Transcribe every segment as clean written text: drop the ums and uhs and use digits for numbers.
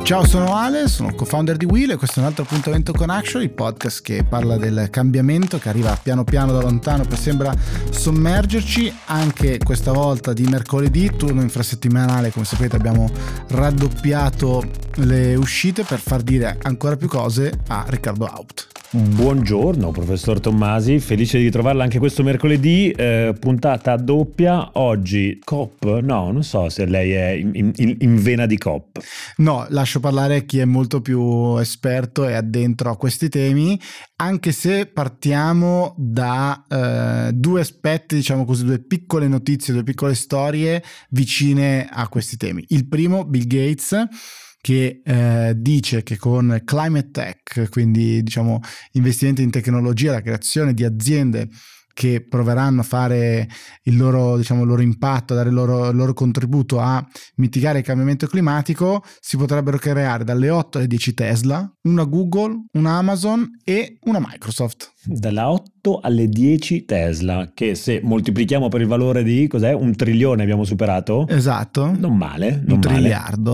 Ciao, sono Ale, sono co-founder di Wheel e questo è un altro appuntamento con Action, il podcast che parla del cambiamento che arriva piano piano da lontano per sembra sommergerci. Anche questa volta di mercoledì, turno infrasettimanale, come sapete abbiamo raddoppiato le uscite per far dire ancora più cose a Riccardo Haupt. Buongiorno professor Tommasi, felice di ritrovarla anche questo mercoledì, puntata doppia. Oggi COP, no, non so se lei è in vena di COP. No, lascio parlare chi è molto più esperto e addentro a questi temi, anche se partiamo da due aspetti, diciamo così, due piccole notizie, due piccole storie vicine a questi temi. Il primo, Bill Gates, che dice che con climate tech, quindi diciamo investimenti in tecnologia, la creazione di aziende che proveranno a fare il loro impatto, a dare il loro contributo a mitigare il cambiamento climatico, si potrebbero creare dalle 8 alle 10 Tesla, una Google, una Amazon e una Microsoft. Dalla 8 alle 10 Tesla, che se moltiplichiamo per il valore di, cos'è? 1 trilione abbiamo superato? Esatto. Non male. Un triliardo.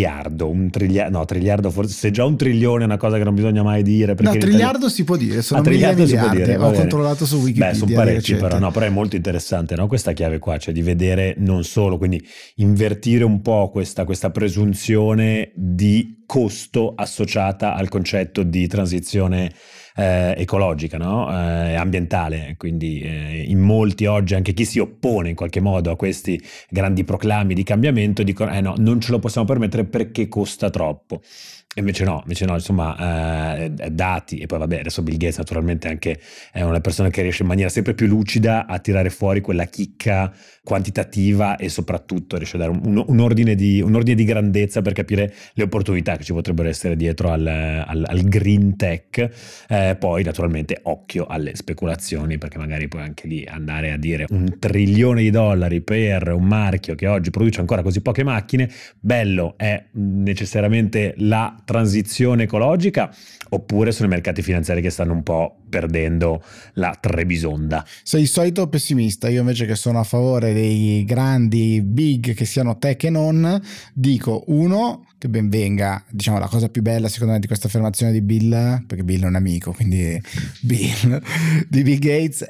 No, triliardo forse, se già 1 trilione è una cosa che non bisogna mai dire. No, triliardo si può dire, sono triliardo miliardi, si può dire, ho controllato su Wikipedia. Beh, sono parecchi però è molto interessante, no? Questa chiave qua, cioè di vedere non solo, quindi invertire un po' questa presunzione di costo associata al concetto di transizione ecologica, no? Ambientale, quindi in molti oggi, anche chi si oppone in qualche modo a questi grandi proclami di cambiamento, dicono no, non ce lo possiamo permettere perché costa troppo. Invece no, insomma, dati, e poi vabbè, adesso Bill Gates naturalmente anche è una persona che riesce in maniera sempre più lucida a tirare fuori quella chicca quantitativa e soprattutto riesce a dare un ordine di grandezza per capire le opportunità che ci potrebbero essere dietro al green tech. Poi naturalmente occhio alle speculazioni, perché magari puoi anche lì andare a dire $1 trilione per un marchio che oggi produce ancora così poche macchine. Bello è necessariamente la transizione ecologica, oppure sono i mercati finanziari che stanno un po' perdendo la Trebisonda? Sei il solito pessimista, io invece che sono a favore dei grandi big, che siano tech e non, dico uno, che ben venga, diciamo la cosa più bella secondo me di questa affermazione di Bill, perché Bill è un amico, quindi Bill di Bill Gates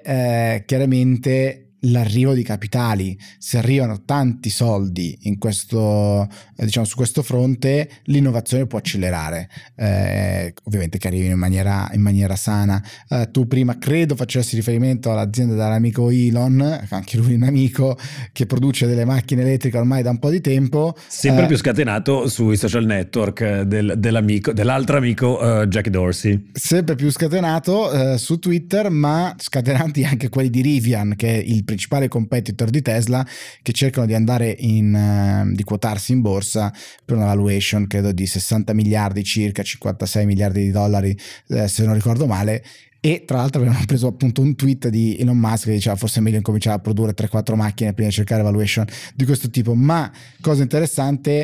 è chiaramente l'arrivo di capitali. Se arrivano tanti soldi in questo, su questo fronte, l'innovazione può accelerare, ovviamente che arrivino in maniera sana. Tu prima credo facessi riferimento all'azienda dell'amico Elon, anche lui un amico che produce delle macchine elettriche ormai da un po' di tempo, sempre più scatenato sui social network dell'altro amico Jack Dorsey, sempre più scatenato su Twitter, ma scatenanti anche quelli di Rivian, che è il principale competitor di Tesla, che cercano di andare di quotarsi in borsa per una valuation credo di 60 miliardi circa, 56 miliardi di dollari se non ricordo male. E tra l'altro avevano preso appunto un tweet di Elon Musk che diceva forse è meglio incominciare a produrre 3-4 macchine prima di cercare valuation di questo tipo. Ma cosa interessante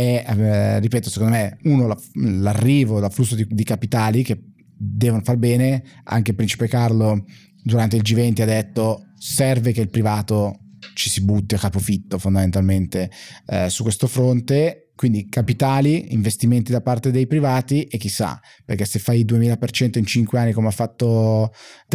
è, ripeto, secondo me, uno, l'arrivo, l'afflusso di capitali che devono far bene. Anche il principe Carlo durante il G20 ha detto serve che il privato ci si butti a capofitto fondamentalmente su questo fronte, quindi capitali, investimenti da parte dei privati, e chissà, perché se fai il 2000% in 5 anni come ha fatto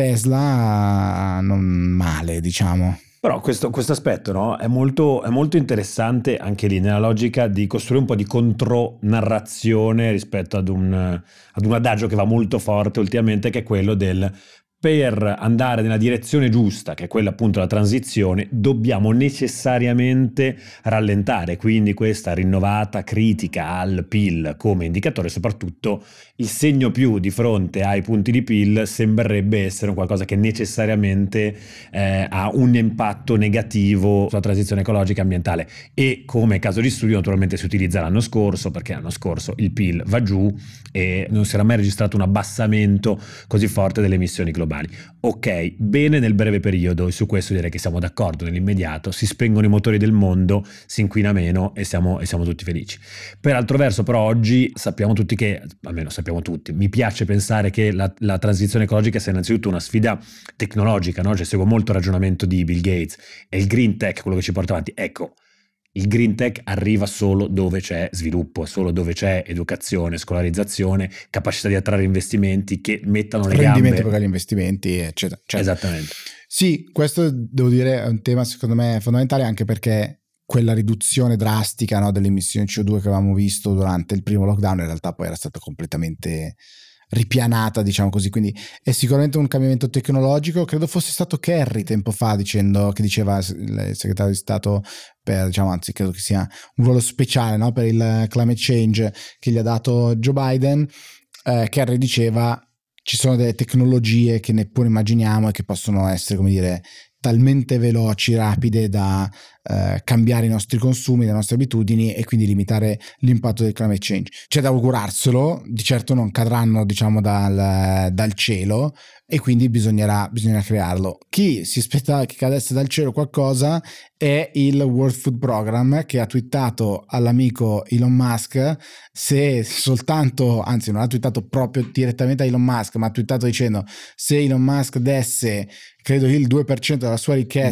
Tesla, non male, diciamo. Però questo aspetto, no, è molto interessante anche lì nella logica di costruire un po' di contronarrazione rispetto ad un adagio che va molto forte ultimamente, che è quello del: per andare nella direzione giusta, che è quella appunto della transizione, dobbiamo necessariamente rallentare. Quindi questa rinnovata critica al PIL come indicatore, soprattutto il segno più di fronte ai punti di PIL sembrerebbe essere un qualcosa che necessariamente ha un impatto negativo sulla transizione ecologica e ambientale. E come caso di studio naturalmente si utilizza l'anno scorso, perché l'anno scorso il PIL va giù e non si era mai registrato un abbassamento così forte delle emissioni globali. Ok, bene nel breve periodo, e su questo direi che siamo d'accordo. Nell'immediato si spengono i motori del mondo, si inquina meno e siamo tutti felici. Per altro verso però oggi sappiamo tutti che, almeno sappiamo tutti, mi piace pensare che la transizione ecologica sia innanzitutto una sfida tecnologica, no? Cioè seguo molto il ragionamento di Bill Gates, e il green tech quello che ci porta avanti. Ecco, il green tech arriva solo dove c'è sviluppo, solo dove c'è educazione, scolarizzazione, capacità di attrarre investimenti che mettano le rendimento gambe. per gli investimenti, eccetera. Esattamente. Sì, questo devo dire è un tema secondo me fondamentale, anche perché quella riduzione drastica, no, delle emissioni CO2 che avevamo visto durante il primo lockdown in realtà poi era stata completamente ripianata, diciamo così, quindi è sicuramente un cambiamento tecnologico. Credo fosse stato Kerry tempo fa che diceva il segretario di Stato per, diciamo, anzi credo che sia un ruolo speciale, no, per il climate change che gli ha dato Joe Biden. Kerry diceva ci sono delle tecnologie che neppure immaginiamo e che possono essere, come dire, talmente veloci, rapide da cambiare i nostri consumi, le nostre abitudini e quindi limitare l'impatto del climate change. C'è da augurarselo, di certo non cadranno, diciamo, dal cielo, e quindi bisognerà crearlo. Chi si aspettava che cadesse dal cielo qualcosa è il World Food Program, che ha twittato all'amico Elon Musk, se soltanto, anzi non ha twittato proprio direttamente a Elon Musk, ma ha twittato dicendo se Elon Musk desse, credo, il 2% della sua ricchezza,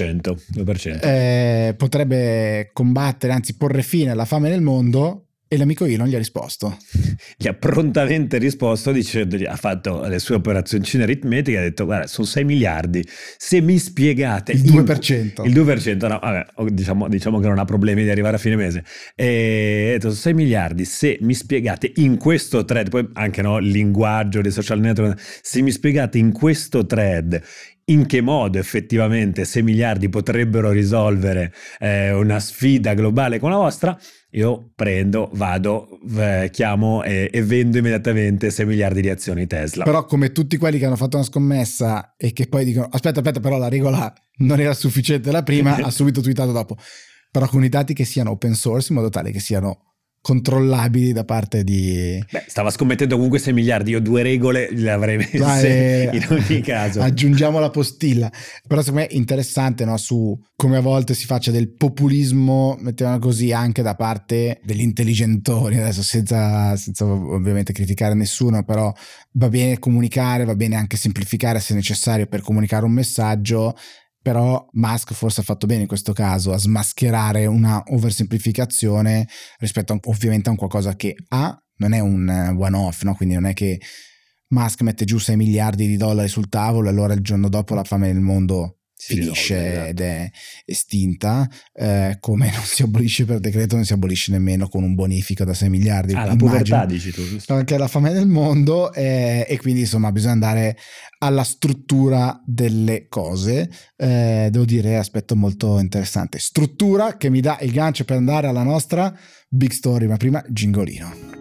2%. Potrebbe combattere, anzi porre fine alla fame nel mondo. E l'amico Elon gli ha risposto. Gli ha prontamente risposto dicendogli, ha fatto le sue operazioncine aritmetiche, ha detto guarda, sono 6 miliardi, se mi spiegate il 2%, il 2%, no, vabbè, diciamo che non ha problemi di arrivare a fine mese, e ha detto 6 miliardi, se mi spiegate in questo thread, poi anche no, il linguaggio dei social network, se mi spiegate in questo thread in che modo effettivamente 6 miliardi potrebbero risolvere una sfida globale come la vostra, io prendo, vado, chiamo e vendo immediatamente 6 miliardi di azioni Tesla. Però come tutti quelli che hanno fatto una scommessa e che poi dicono aspetta, però la regola non era sufficiente la prima, ha subito twittato dopo. Però con i dati che siano open source, in modo tale che siano controllabili da parte di... Beh, stava scommettendo comunque 6 miliardi, io 2 regole le avrei messe in ogni caso. Aggiungiamo la postilla. Però secondo me è interessante, no, su come a volte si faccia del populismo, mettiamo così, anche da parte degli intelligentori, adesso senza ovviamente criticare nessuno, però va bene comunicare, va bene anche semplificare se necessario per comunicare un messaggio. Però Musk forse ha fatto bene in questo caso a smascherare una oversemplificazione rispetto ovviamente a un qualcosa che non è un one off, no? Quindi non è che Musk mette giù 6 miliardi di dollari sul tavolo e allora il giorno dopo la fame nel mondo finisce ed è estinta, come non si abolisce per decreto, non si abolisce nemmeno con un bonifico da 6 miliardi. La povertà dici tu, giusto? Anche la fame nel mondo, e quindi insomma bisogna andare alla struttura delle cose. Devo dire, aspetto molto interessante, struttura che mi dà il gancio per andare alla nostra big story, ma prima gingolino.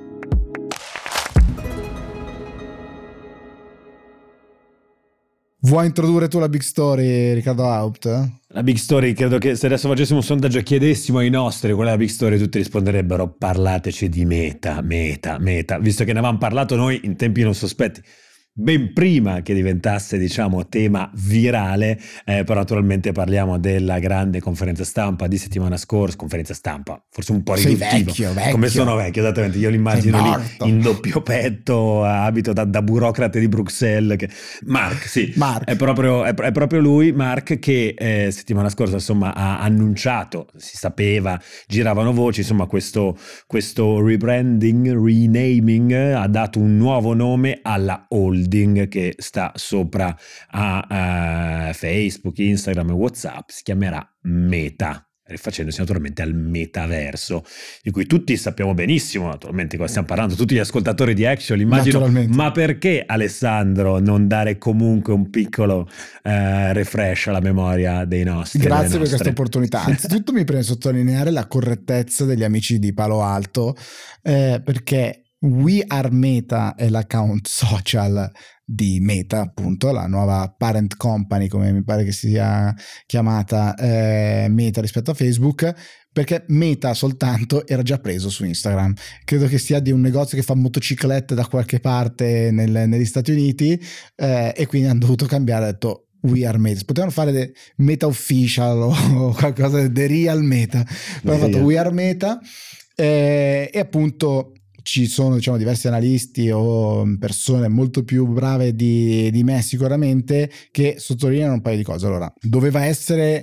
Vuoi introdurre tu la big story, Riccardo Haupt? La big story, credo che se adesso facessimo un sondaggio e chiedessimo ai nostri qual è la big story, tutti risponderebbero parlateci di Meta, visto che ne avevamo parlato noi in tempi non sospetti, ben prima che diventasse, diciamo, tema virale, però naturalmente parliamo della grande conferenza stampa di settimana scorsa, conferenza stampa, forse un po' riduttivo. Vecchio. Come sono vecchio, esattamente, io l'immagino lì in doppio petto, abito da burocrate di Bruxelles. Mark. È proprio lui, Mark, che settimana scorsa insomma ha annunciato, si sapeva, giravano voci, insomma questo rebranding, renaming, ha dato un nuovo nome alla holding che sta sopra a Facebook, Instagram e WhatsApp, si chiamerà Meta, rifacendosi naturalmente al metaverso, di cui tutti sappiamo benissimo, naturalmente, qua stiamo parlando, tutti gli ascoltatori di Action, immagino, ma perché, Alessandro, non dare comunque un piccolo refresh alla memoria dei nostri? Grazie per questa opportunità. Anzitutto mi preme sottolineare la correttezza degli amici di Palo Alto, perché We Are Meta è l'account social di Meta, appunto, la nuova parent company, come mi pare che sia chiamata, Meta rispetto a Facebook, perché Meta soltanto era già preso su Instagram. Credo che sia di un negozio che fa motociclette da qualche parte negli Stati Uniti, e quindi hanno dovuto cambiare, ha detto We Are Meta. Potevano fare Meta Official o qualcosa, The Real Meta, però hanno fatto We Are Meta, e appunto ci sono, diciamo, diversi analisti o persone molto più brave di me sicuramente che sottolineano un paio di cose. Allora, doveva essere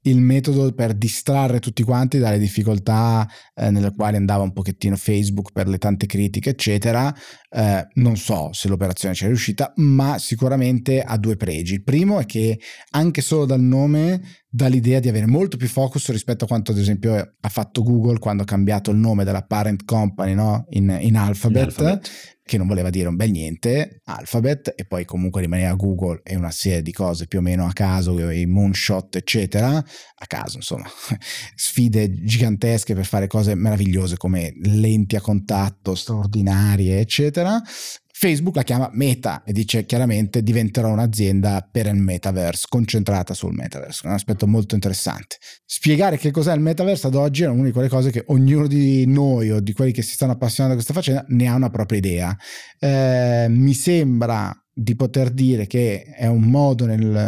il metodo per distrarre tutti quanti dalle difficoltà nelle quali andava un pochettino Facebook per le tante critiche eccetera. Non so se l'operazione ci è riuscita, ma sicuramente ha due pregi. Il primo è che anche solo dal nome dà l'idea di avere molto più focus rispetto a quanto ad esempio ha fatto Google quando ha cambiato il nome della parent company, no? in Alphabet, che non voleva dire un bel niente, Alphabet, e poi comunque rimaneva Google e una serie di cose più o meno a caso, i moonshot eccetera, a caso insomma, sfide gigantesche per fare cose meravigliose come lenti a contatto straordinarie eccetera. Facebook la chiama Meta e dice chiaramente diventerò un'azienda per il metaverse, concentrata sul metaverse, un aspetto molto interessante. Spiegare che cos'è il metaverse ad oggi è una di quelle cose che ognuno di noi o di quelli che si stanno appassionando a questa faccenda ne ha una propria idea. Mi sembra di poter dire che è un mondo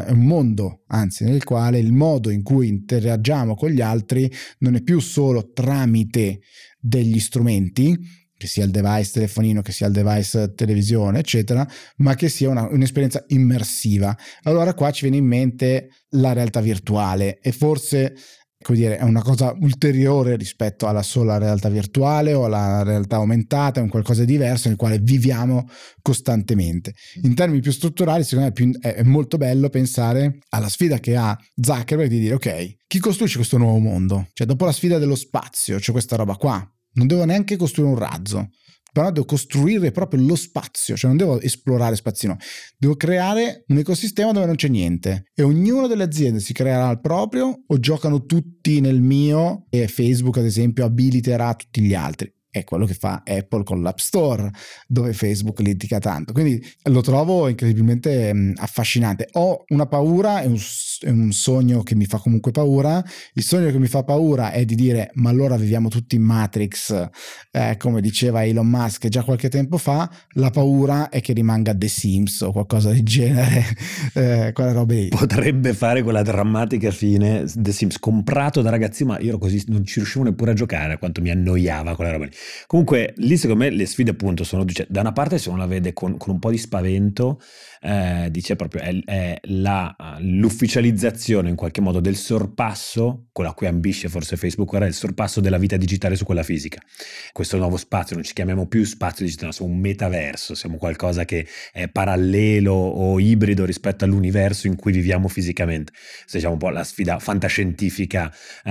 nel quale il modo in cui interagiamo con gli altri non è più solo tramite degli strumenti, che sia il device telefonino, che sia il device televisione, eccetera, ma che sia un'esperienza immersiva. Allora qua ci viene in mente la realtà virtuale e forse, come dire, è una cosa ulteriore rispetto alla sola realtà virtuale o alla realtà aumentata, è un qualcosa di diverso nel quale viviamo costantemente. In termini più strutturali, secondo me è molto bello pensare alla sfida che ha Zuckerberg di dire ok, chi costruisce questo nuovo mondo? Cioè dopo la sfida dello spazio c'è questa roba qua. Non devo neanche costruire un razzo, però devo costruire proprio lo spazio, cioè non devo esplorare spazi, no. Devo creare un ecosistema dove non c'è niente e ognuna delle aziende si creerà il proprio o giocano tutti nel mio e Facebook ad esempio abiliterà tutti gli altri. È quello che fa Apple con l'App Store, dove Facebook litiga tanto. Quindi lo trovo incredibilmente affascinante. Ho una paura, è un sogno che mi fa comunque paura. Il sogno che mi fa paura è di dire ma allora viviamo tutti in Matrix, come diceva Elon Musk già qualche tempo fa. La paura è che rimanga The Sims o qualcosa del genere, quella roba lì. Potrebbe fare quella drammatica fine The Sims, comprato da ragazzino, ma io ero così, non ci riuscivo neppure a giocare, quanto mi annoiava quella roba lì. Comunque lì secondo me le sfide appunto sono, cioè, da una parte se uno la vede con un po' di spavento, dice proprio è l'ufficializzazione in qualche modo del sorpasso, quello a cui ambisce forse Facebook ora, è il sorpasso della vita digitale su quella fisica. Questo nuovo spazio, non ci chiamiamo più spazio digitale, siamo un metaverso, siamo qualcosa che è parallelo o ibrido rispetto all'universo in cui viviamo fisicamente. Se diciamo un po' la sfida fantascientifica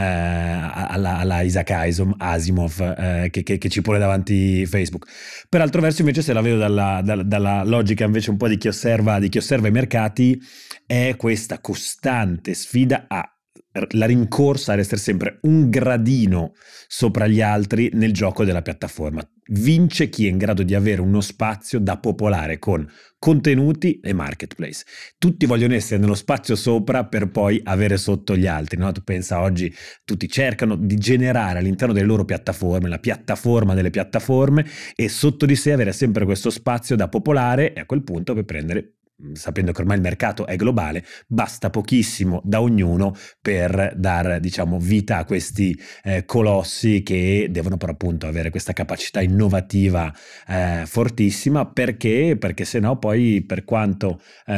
alla Isaac Asimov che ci pone davanti Facebook. Per altro verso invece se la vedo dalla logica invece un po' di chi osserva i mercati, è questa costante sfida la rincorsa ad essere sempre un gradino sopra gli altri nel gioco della piattaforma. Vince chi è in grado di avere uno spazio da popolare con contenuti e marketplace. Tutti vogliono essere nello spazio sopra per poi avere sotto gli altri, no? Tu pensa oggi tutti cercano di generare all'interno delle loro piattaforme la piattaforma delle piattaforme e sotto di sé avere sempre questo spazio da popolare, e a quel punto per prendere, sapendo che ormai il mercato è globale, basta pochissimo da ognuno per dar, diciamo, vita a questi colossi che devono però appunto avere questa capacità innovativa fortissima, perché se no poi, per quanto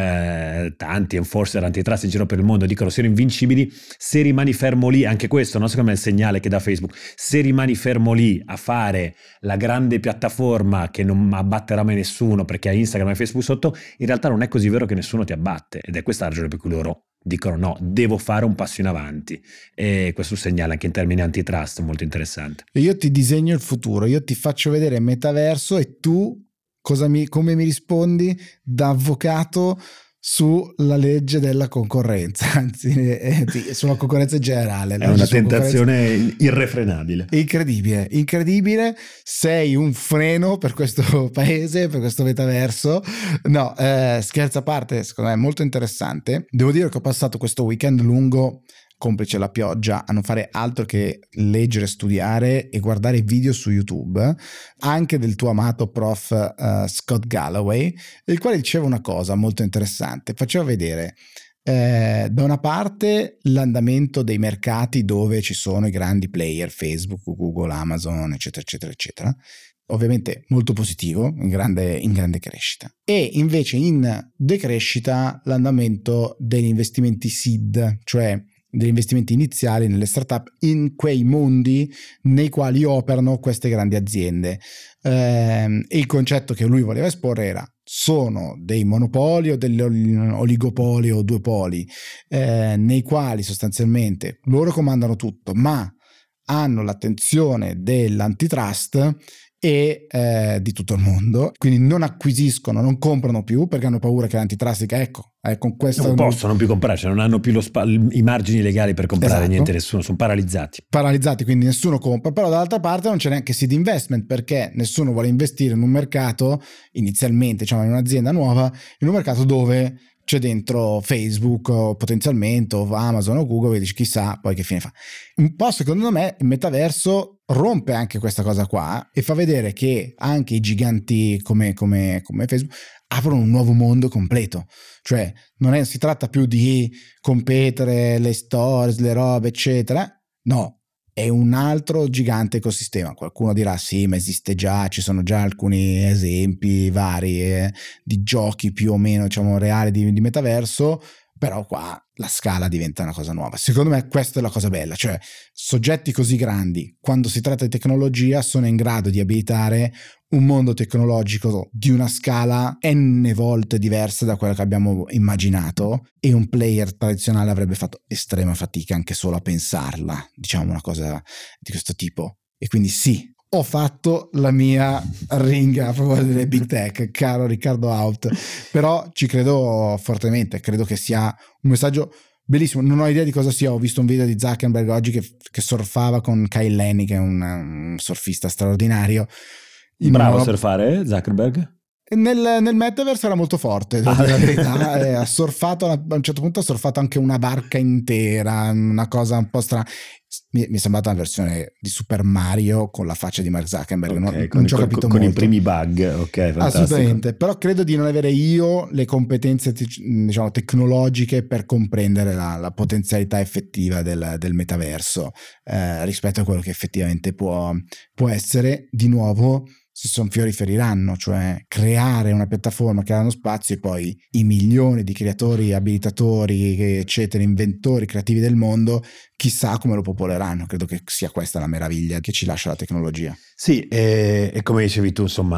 tanti enforcer antitrust in giro per il mondo dicono siano invincibili, se rimani fermo lì, anche questo no, secondo me è il segnale che dà Facebook, se rimani fermo lì a fare la grande piattaforma che non abbatterà mai nessuno perché ha Instagram e Facebook sotto, in realtà non è così vero che nessuno ti abbatte, ed è questa la ragione per cui loro dicono no, devo fare un passo in avanti, e questo segnale anche in termini antitrust molto interessante. Io ti disegno il futuro, io ti faccio vedere metaverso e tu come mi rispondi da avvocato sulla legge della concorrenza, anzi sulla concorrenza in generale. È una tentazione irrefrenabile. Incredibile, sei un freno per questo paese, per questo metaverso. No, scherzo a parte, secondo me è molto interessante. Devo dire che ho passato questo weekend lungo, complice la pioggia, a non fare altro che leggere, studiare e guardare video su YouTube, anche del tuo amato prof Scott Galloway, il quale diceva una cosa molto interessante. Faceva vedere da una parte l'andamento dei mercati dove ci sono i grandi player, Facebook, Google, Amazon, eccetera eccetera eccetera, ovviamente molto positivo, in grande crescita, e invece in decrescita l'andamento degli investimenti seed, cioè degli investimenti iniziali nelle startup in quei mondi nei quali operano queste grandi aziende. E il concetto che lui voleva esporre era: sono dei monopoli o degli oligopoli o duopoli nei quali sostanzialmente loro comandano tutto, ma hanno l'attenzione dell'antitrust e di tutto il mondo, quindi non acquisiscono, non comprano più perché hanno paura che l'antitrust dica con questo non possono più comprare, cioè non hanno più i margini legali per comprare. Esatto. Niente, nessuno, sono paralizzati, quindi nessuno compra. Però dall'altra parte non c'è neanche seed investment, perché nessuno vuole investire in un mercato inizialmente, diciamo in un'azienda nuova, in un mercato dove c'è dentro Facebook o potenzialmente o Amazon o Google, e dici chissà poi che fine fa. Un po' secondo me il metaverso rompe anche questa cosa qua e fa vedere che anche i giganti come Facebook aprono un nuovo mondo completo, cioè non si tratta più di competere le stories, le robe eccetera, no, è un altro gigante ecosistema. Qualcuno dirà sì, ma esiste già, ci sono già alcuni esempi vari di giochi più o meno diciamo reali di metaverso, però qua la scala diventa una cosa nuova. Secondo me questa è la cosa bella, cioè soggetti così grandi quando si tratta di tecnologia sono in grado di abilitare un mondo tecnologico di una scala n volte diversa da quella che abbiamo immaginato, e un player tradizionale avrebbe fatto estrema fatica anche solo a pensarla, diciamo una cosa di questo tipo. E quindi sì, ho fatto la mia ringa a favore delle big tech, caro Riccardo Out, però ci credo fortemente, credo che sia un messaggio bellissimo. Non ho idea di cosa sia, ho visto un video di Zuckerberg oggi che surfava con Kyle Lenny, che è un surfista straordinario. Bravo a surfare Zuckerberg? Nel metaverse era molto forte, devo dire la verità. Ha surfato, a un certo punto ha surfato anche una barca intera, una cosa un po' strana. Mi è sembrata una versione di Super Mario con la faccia di Mark Zuckerberg. Okay, non ci ho capito molto. Con i primi bug, ok, fantastico. Assolutamente, però credo di non avere io le competenze diciamo tecnologiche per comprendere la potenzialità effettiva del metaverso rispetto a quello che effettivamente può essere. Di nuovo, se sono fiori feriranno, cioè creare una piattaforma che ha uno spazio e poi i milioni di creatori, abilitatori, eccetera, inventori creativi del mondo, chissà come lo popoleranno. Credo che sia questa la meraviglia che ci lascia la tecnologia. Sì, e come dicevi tu, insomma,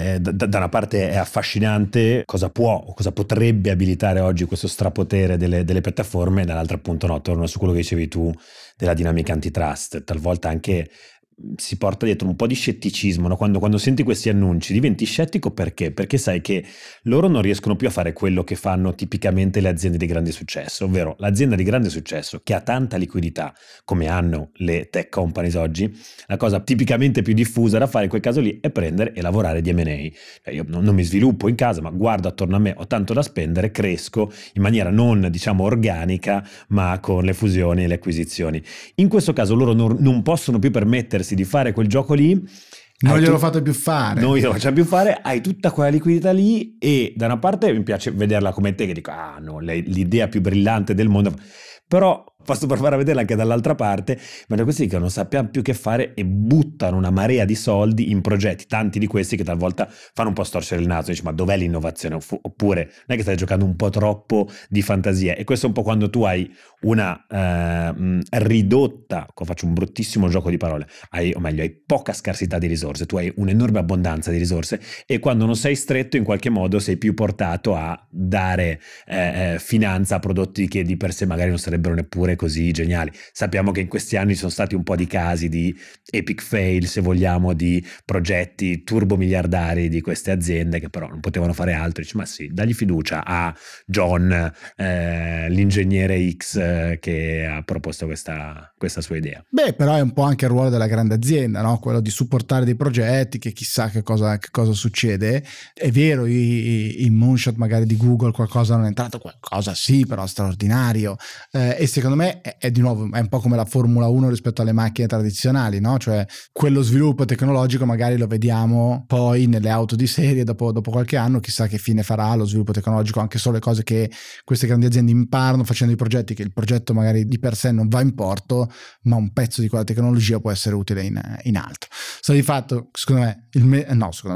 da una parte è affascinante cosa può o cosa potrebbe abilitare oggi questo strapotere delle piattaforme, dall'altro appunto no, torno su quello che dicevi tu della dinamica antitrust. Talvolta anche si porta dietro un po' di scetticismo, no? Quando senti questi annunci diventi scettico perché sai che loro non riescono più a fare quello che fanno tipicamente le aziende di grande successo, ovvero l'azienda di grande successo che ha tanta liquidità come hanno le tech companies oggi. La cosa tipicamente più diffusa da fare in quel caso lì è prendere e lavorare di M&A. Cioè io non mi sviluppo in casa, ma guardo attorno a me, ho tanto da spendere, cresco in maniera non diciamo organica, ma con le fusioni e le acquisizioni. In questo caso loro non possono più permettersi di fare quel gioco lì, non glielo fate più fare, non glielo facciamo più fare, hai tutta quella liquidità lì, e da una parte mi piace vederla come te che dico no, l'idea più brillante del mondo, però posso provare a vederla anche dall'altra parte, ma questi che non sappiamo più che fare e buttano una marea di soldi in progetti, tanti di questi che talvolta fanno un po' storcere il naso, dici ma dov'è l'innovazione? Oppure non è che stai giocando un po' troppo di fantasia? E questo è un po' quando tu hai una ridotta, faccio un bruttissimo gioco di parole, hai poca scarsità di risorse, tu hai un'enorme abbondanza di risorse, e quando non sei stretto in qualche modo sei più portato a dare finanza a prodotti che di per sé magari non sarebbero neppure così geniali. Sappiamo che in questi anni ci sono stati un po' di casi di epic fail, se vogliamo, di progetti turbo miliardari di queste aziende che però non potevano fare altro. Dici ma sì, dagli fiducia a John, l'ingegnere X che ha proposto questa sua idea. Beh, però è un po' anche il ruolo della grande azienda, no? Quello di supportare dei progetti che chissà che cosa succede. È vero, i moonshot magari di Google qualcosa non è entrato, qualcosa sì, però straordinario, e secondo me è di nuovo è un po' come la Formula 1 rispetto alle macchine tradizionali, no? Cioè quello sviluppo tecnologico magari lo vediamo poi nelle auto di serie dopo qualche anno, chissà che fine farà lo sviluppo tecnologico, anche solo le cose che queste grandi aziende imparano facendo i progetti, che il progetto magari di per sé non va in porto, ma un pezzo di quella tecnologia può essere utile in altro. Sta di fatto, secondo me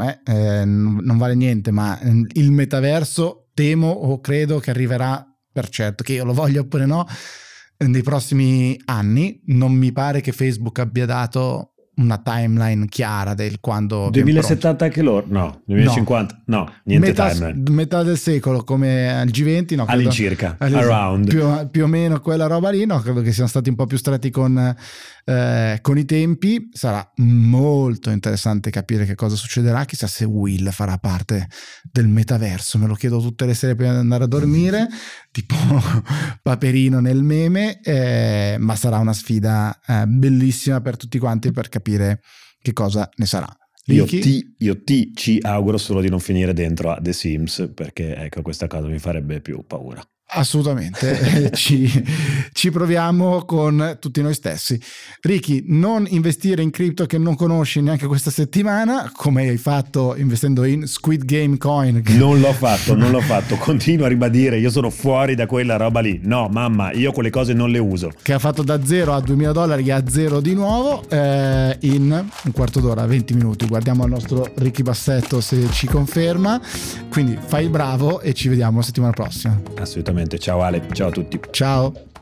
non vale niente, ma il metaverso temo o credo che arriverà, per certo che io lo voglia oppure no, nei prossimi anni. Non mi pare che Facebook abbia dato una timeline chiara del quando 2070 anche loro? No, 2050? No, niente timeline. Metà del secolo come al G20, no, all'incirca, around. Più o meno quella roba lì, no, credo che siano stati un po' più stretti con i tempi. Sarà molto interessante capire che cosa succederà, chissà se Will farà parte del metaverso, me lo chiedo tutte le sere prima di andare a dormire, tipo Paperino nel meme, ma sarà una sfida bellissima per tutti quanti per capire che cosa ne sarà. Io ci auguro solo di non finire dentro a The Sims, perché ecco, questa cosa mi farebbe più paura. Assolutamente, ci proviamo con tutti noi stessi. Ricky, non investire in cripto che non conosci neanche questa settimana, come hai fatto investendo in Squid Game Coin. Non l'ho fatto, continuo a ribadire, io sono fuori da quella roba lì. No, mamma, io quelle cose non le uso. Che ha fatto da $0 a $2.000 a zero di nuovo in un quarto d'ora, 20 minuti. Guardiamo il nostro Ricky Bassetto se ci conferma. Quindi fai il bravo e ci vediamo la settimana prossima. Assolutamente. Ciao Ale, ciao a tutti. Ciao.